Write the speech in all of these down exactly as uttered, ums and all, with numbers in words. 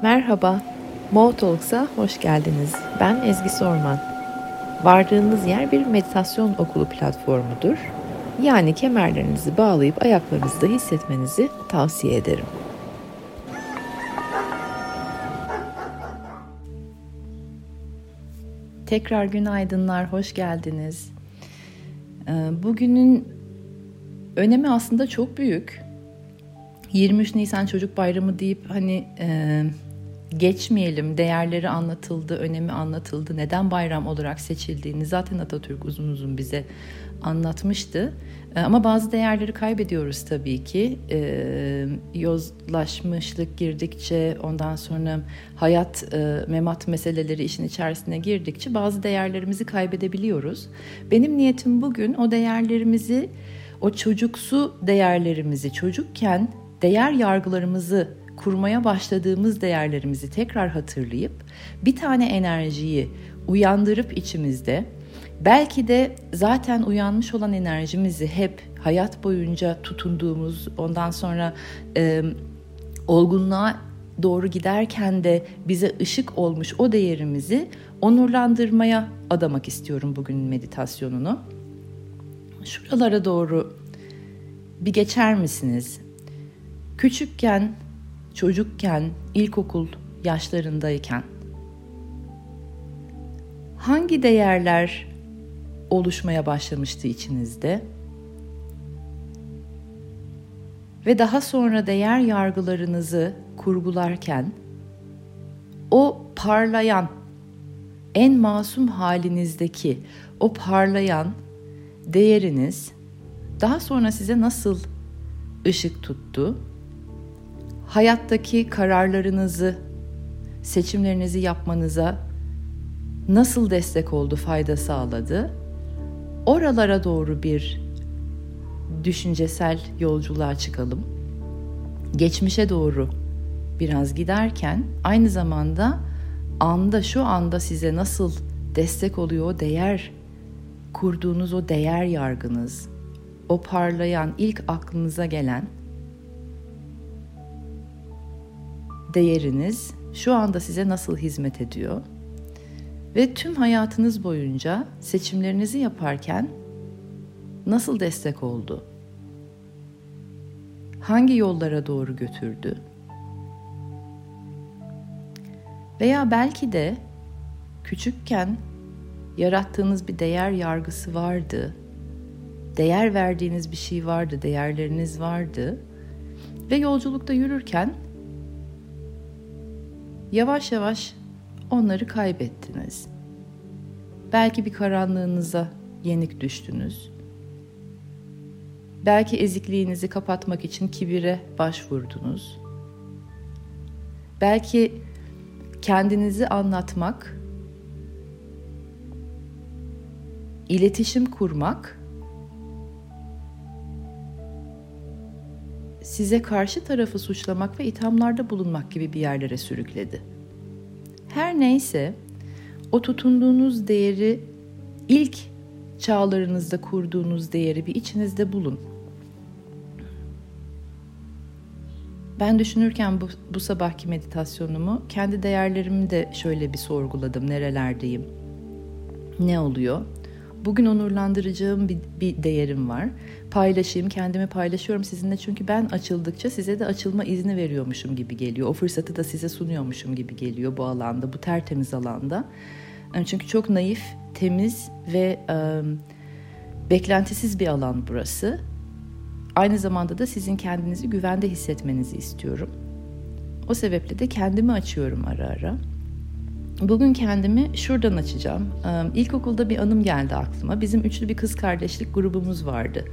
Merhaba, Mo Talks'a hoş geldiniz. Ben Ezgi Sorman. Vardığınız yer bir meditasyon okulu platformudur. Yani kemerlerinizi bağlayıp ayaklarınızda hissetmenizi tavsiye ederim. Tekrar günaydınlar, hoş geldiniz. Bugünün önemi aslında çok büyük. yirmi üç Nisan Çocuk Bayramı deyip hani e, geçmeyelim, değerleri anlatıldı, önemi anlatıldı, neden bayram olarak seçildiğini zaten Atatürk uzun uzun bize anlatmıştı. E, ama bazı değerleri kaybediyoruz tabii ki. E, yozlaşmışlık girdikçe, ondan sonra hayat, e, memat meseleleri işin içerisine girdikçe bazı değerlerimizi kaybedebiliyoruz. Benim niyetim bugün o değerlerimizi, o çocuksu değerlerimizi, çocukken değer yargılarımızı kurmaya başladığımız değerlerimizi tekrar hatırlayıp bir tane enerjiyi uyandırıp içimizde, belki de zaten uyanmış olan enerjimizi hep hayat boyunca tutunduğumuz, ondan sonra e, olgunluğa doğru giderken de bize ışık olmuş o değerimizi onurlandırmaya adamak istiyorum bugün meditasyonunu. Şuralara doğru bir geçer misiniz? Küçükken, çocukken, ilkokul yaşlarındayken hangi değerler oluşmaya başlamıştı içinizde? Ve daha sonra değer yargılarınızı kurgularken o parlayan, en masum halinizdeki o parlayan değeriniz daha sonra size nasıl ışık tuttu? Hayattaki kararlarınızı, seçimlerinizi yapmanıza nasıl destek oldu, fayda sağladı? Oralara doğru bir düşüncesel yolculuğa çıkalım. Geçmişe doğru biraz giderken aynı zamanda anda, şu anda size nasıl destek oluyor o değer, kurduğunuz o değer yargınız, o parlayan, ilk aklınıza gelen değeriniz şu anda size nasıl hizmet ediyor? Ve tüm hayatınız boyunca seçimlerinizi yaparken nasıl destek oldu? Hangi yollara doğru götürdü? Veya belki de küçükken yarattığınız bir değer yargısı vardı. Değer verdiğiniz bir şey vardı, değerleriniz vardı. Ve yolculukta yürürken yavaş yavaş onları kaybettiniz. Belki bir karanlığınıza yenik düştünüz. Belki ezikliğinizi kapatmak için kibire başvurdunuz. Belki kendinizi anlatmak, iletişim kurmak size karşı tarafı suçlamak ve ithamlarda bulunmak gibi bir yerlere sürükledi. Her neyse, o tutunduğunuz değeri, ilk çağlarınızda kurduğunuz değeri bir içinizde bulun. Ben düşünürken bu, bu sabahki meditasyonumu, kendi değerlerimi de şöyle bir sorguladım. Nerelerdeyim? Ne oluyor? Bugün onurlandıracağım bir, bir değerim var. Paylaşayım, kendimi paylaşıyorum sizinle çünkü ben açıldıkça size de açılma izni veriyormuşum gibi geliyor. O fırsatı da size sunuyormuşum gibi geliyor bu alanda, bu tertemiz alanda. Çünkü çok naif, temiz ve e, beklentisiz bir alan burası. Aynı zamanda da sizin kendinizi güvende hissetmenizi istiyorum. O sebeple de kendimi açıyorum ara ara. Bugün kendimi şuradan açacağım. İlkokulda bir anım geldi aklıma. Bizim üçlü bir kız kardeşlik grubumuz vardı.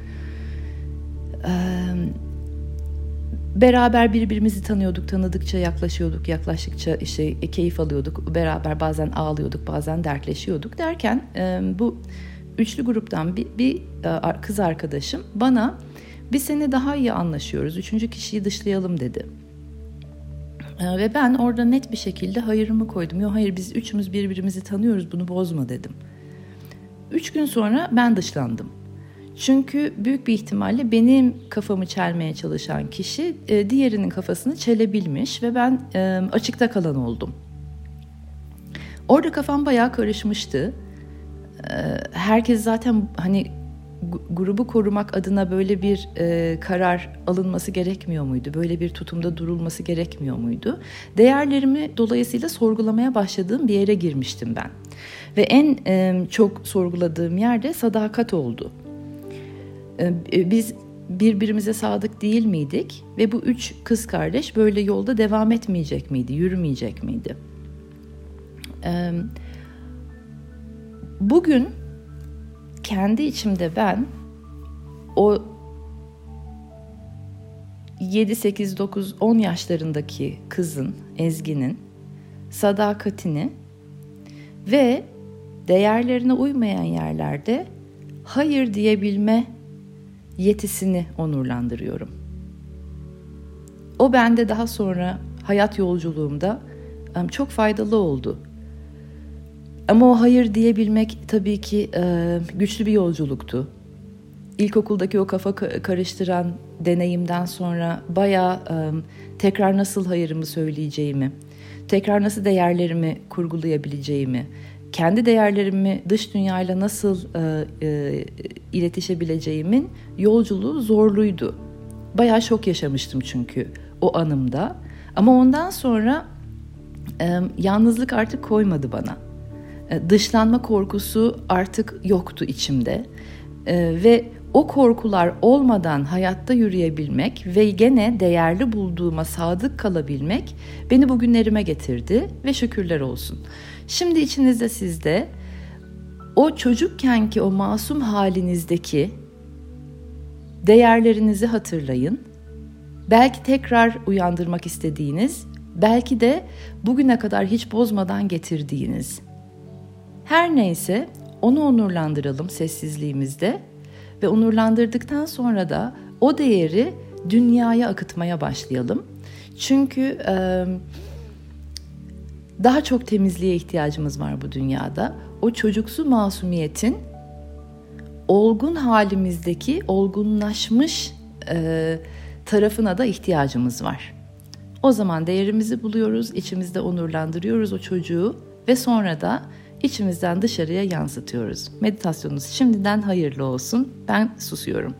Beraber birbirimizi tanıyorduk, tanıdıkça yaklaşıyorduk, yaklaştıkça işte keyif alıyorduk. Beraber bazen ağlıyorduk, bazen dertleşiyorduk derken bu üçlü gruptan bir, bir kız arkadaşım bana biz seninle daha iyi anlaşıyoruz, üçüncü kişiyi dışlayalım dedi. Ve ben orada net bir şekilde hayırımı koydum. Yok hayır biz üçümüz birbirimizi tanıyoruz, bunu bozma dedim. Üç gün sonra ben dışlandım. Çünkü büyük bir ihtimalle benim kafamı çelmeye çalışan kişi e, diğerinin kafasını çelebilmiş ve ben e, açıkta kalan oldum. Orada kafam bayağı karışmıştı. E, herkes zaten hani grubu korumak adına böyle bir e, karar alınması gerekmiyor muydu? Böyle bir tutumda durulması gerekmiyor muydu? Değerlerimi dolayısıyla sorgulamaya başladığım bir yere girmiştim ben. Ve en e, çok sorguladığım yerde sadakat oldu. E, biz birbirimize sadık değil miydik? Ve bu üç kız kardeş böyle yolda devam etmeyecek miydi? Yürümeyecek miydi? E, bugün kendi içimde ben o yedi, sekiz, dokuz, on yaşlarındaki kızın, Ezgi'nin sadakatini ve değerlerine uymayan yerlerde hayır diyebilme yetisini onurlandırıyorum. O bende daha sonra hayat yolculuğumda çok faydalı oldu. Ama o hayır diyebilmek tabii ki e, güçlü bir yolculuktu. İlkokuldaki o kafa karıştıran deneyimden sonra bayağı e, tekrar nasıl hayırımı söyleyeceğimi, tekrar nasıl değerlerimi kurgulayabileceğimi, kendi değerlerimi dış dünyayla nasıl e, e, iletişebileceğimin yolculuğu zorluydu. Bayağı şok yaşamıştım çünkü o anımda. Ama ondan sonra e, yalnızlık artık koymadı bana. Dışlanma korkusu artık yoktu içimde ee, ve o korkular olmadan hayatta yürüyebilmek ve gene değerli bulduğuma sadık kalabilmek beni bugünlerime getirdi ve şükürler olsun. Şimdi içinizde sizde o çocukkenki o masum halinizdeki değerlerinizi hatırlayın. Belki tekrar uyandırmak istediğiniz, belki de bugüne kadar hiç bozmadan getirdiğiniz. Her neyse onu onurlandıralım sessizliğimizde ve onurlandırdıktan sonra da o değeri dünyaya akıtmaya başlayalım. Çünkü e, daha çok temizliğe ihtiyacımız var bu dünyada. O çocuksu masumiyetin olgun halimizdeki olgunlaşmış e, tarafına da ihtiyacımız var. O zaman değerimizi buluyoruz, içimizde onurlandırıyoruz o çocuğu ve sonra da İçimizden dışarıya yansıtıyoruz. Meditasyonunuz şimdiden hayırlı olsun. Ben susuyorum.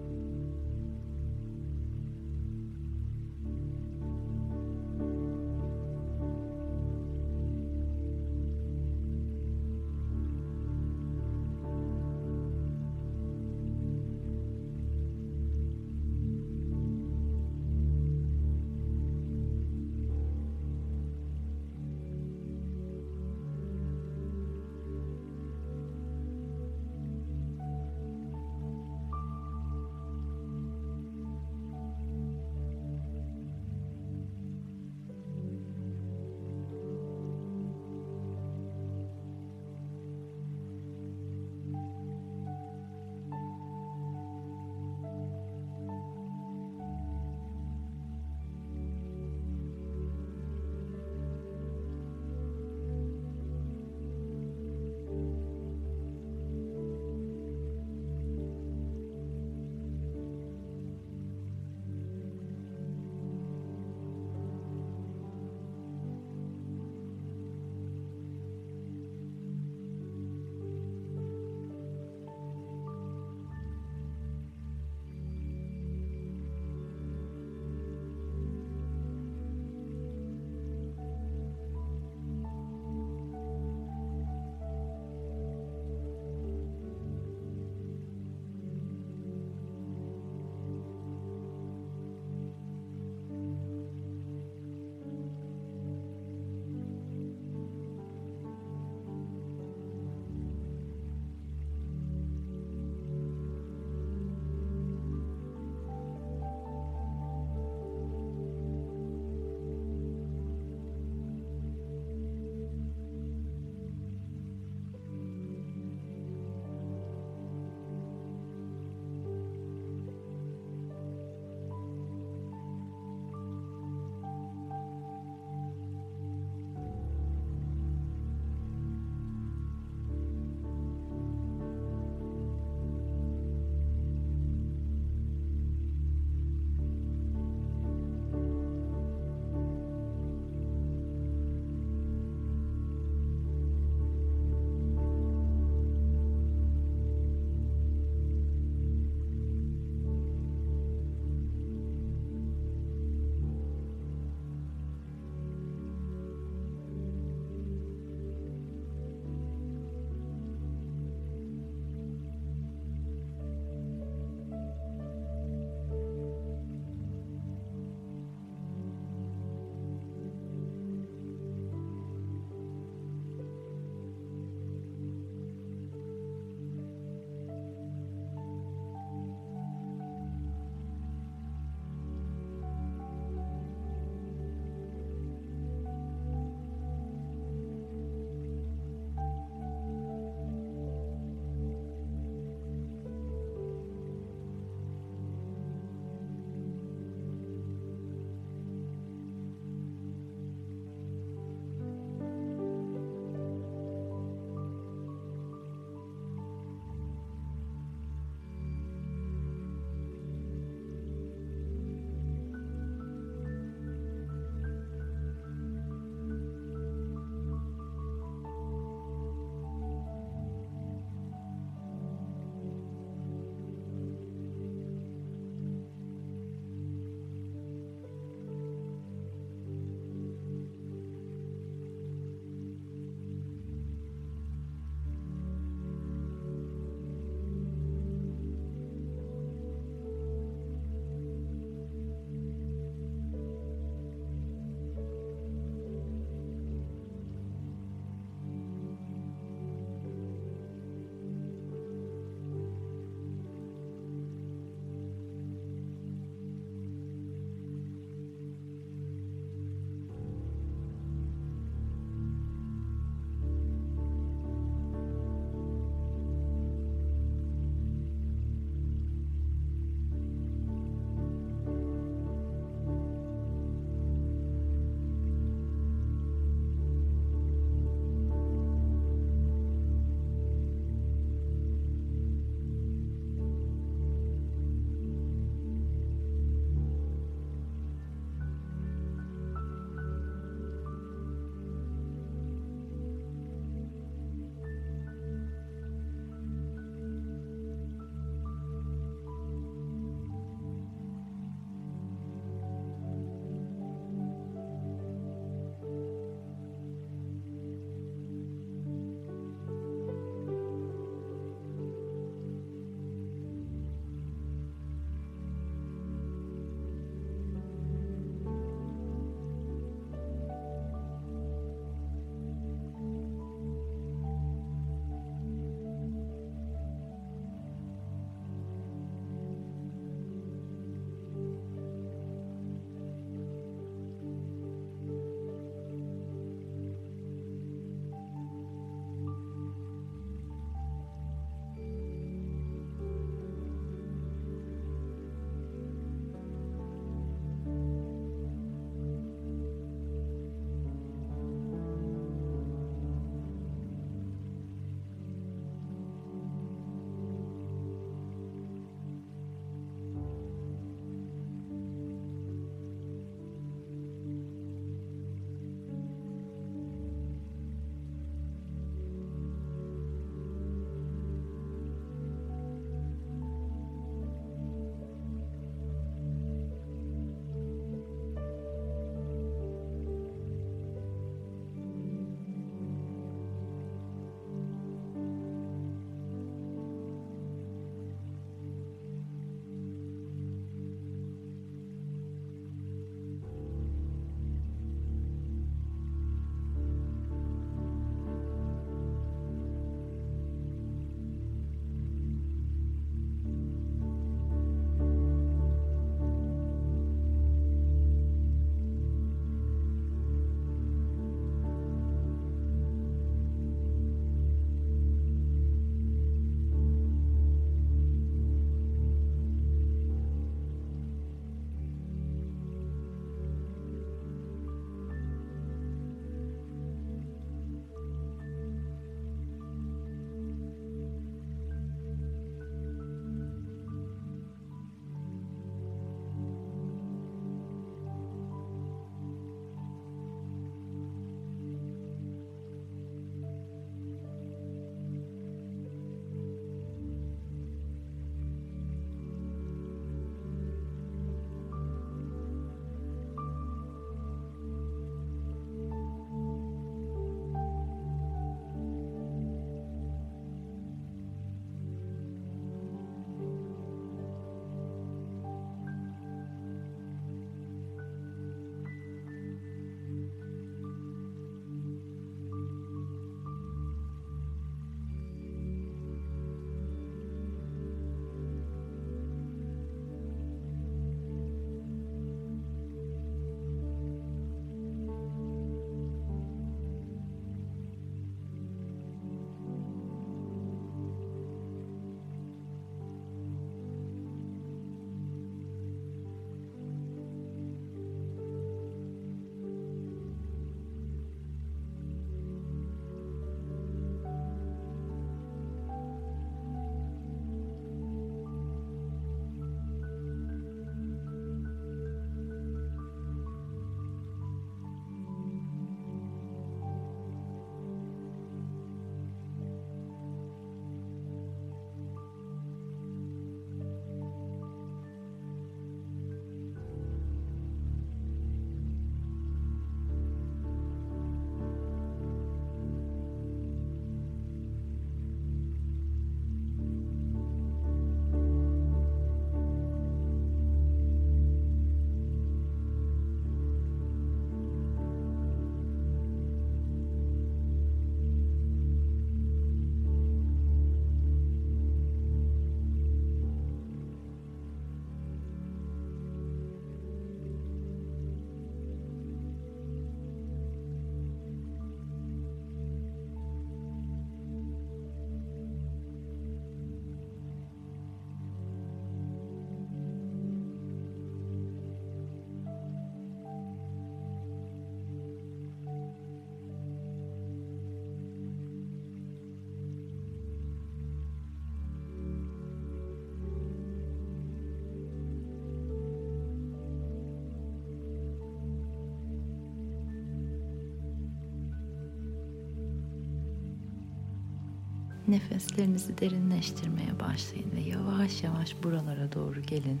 Nefeslerinizi derinleştirmeye başlayın ve yavaş yavaş buralara doğru gelin.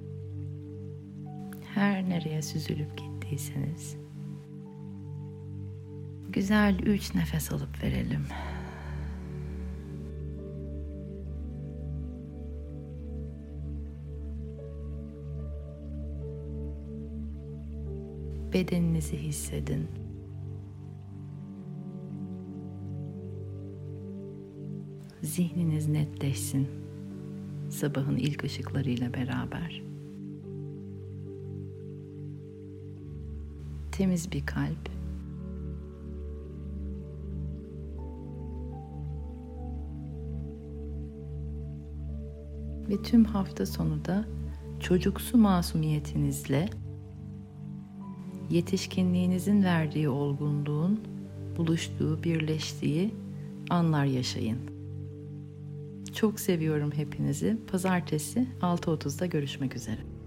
Her nereye süzülüp gittiyseniz güzel üç nefes alıp verelim. Bedeninizi hissedin. Zihniniz netleşsin. Sabahın ilk ışıklarıyla beraber. Temiz bir kalp. Ve tüm hafta sonu da çocuksu masumiyetinizle yetişkinliğinizin verdiği olgunluğun buluştuğu, birleştiği anlar yaşayın. Çok seviyorum hepinizi. Pazartesi altı otuzda görüşmek üzere.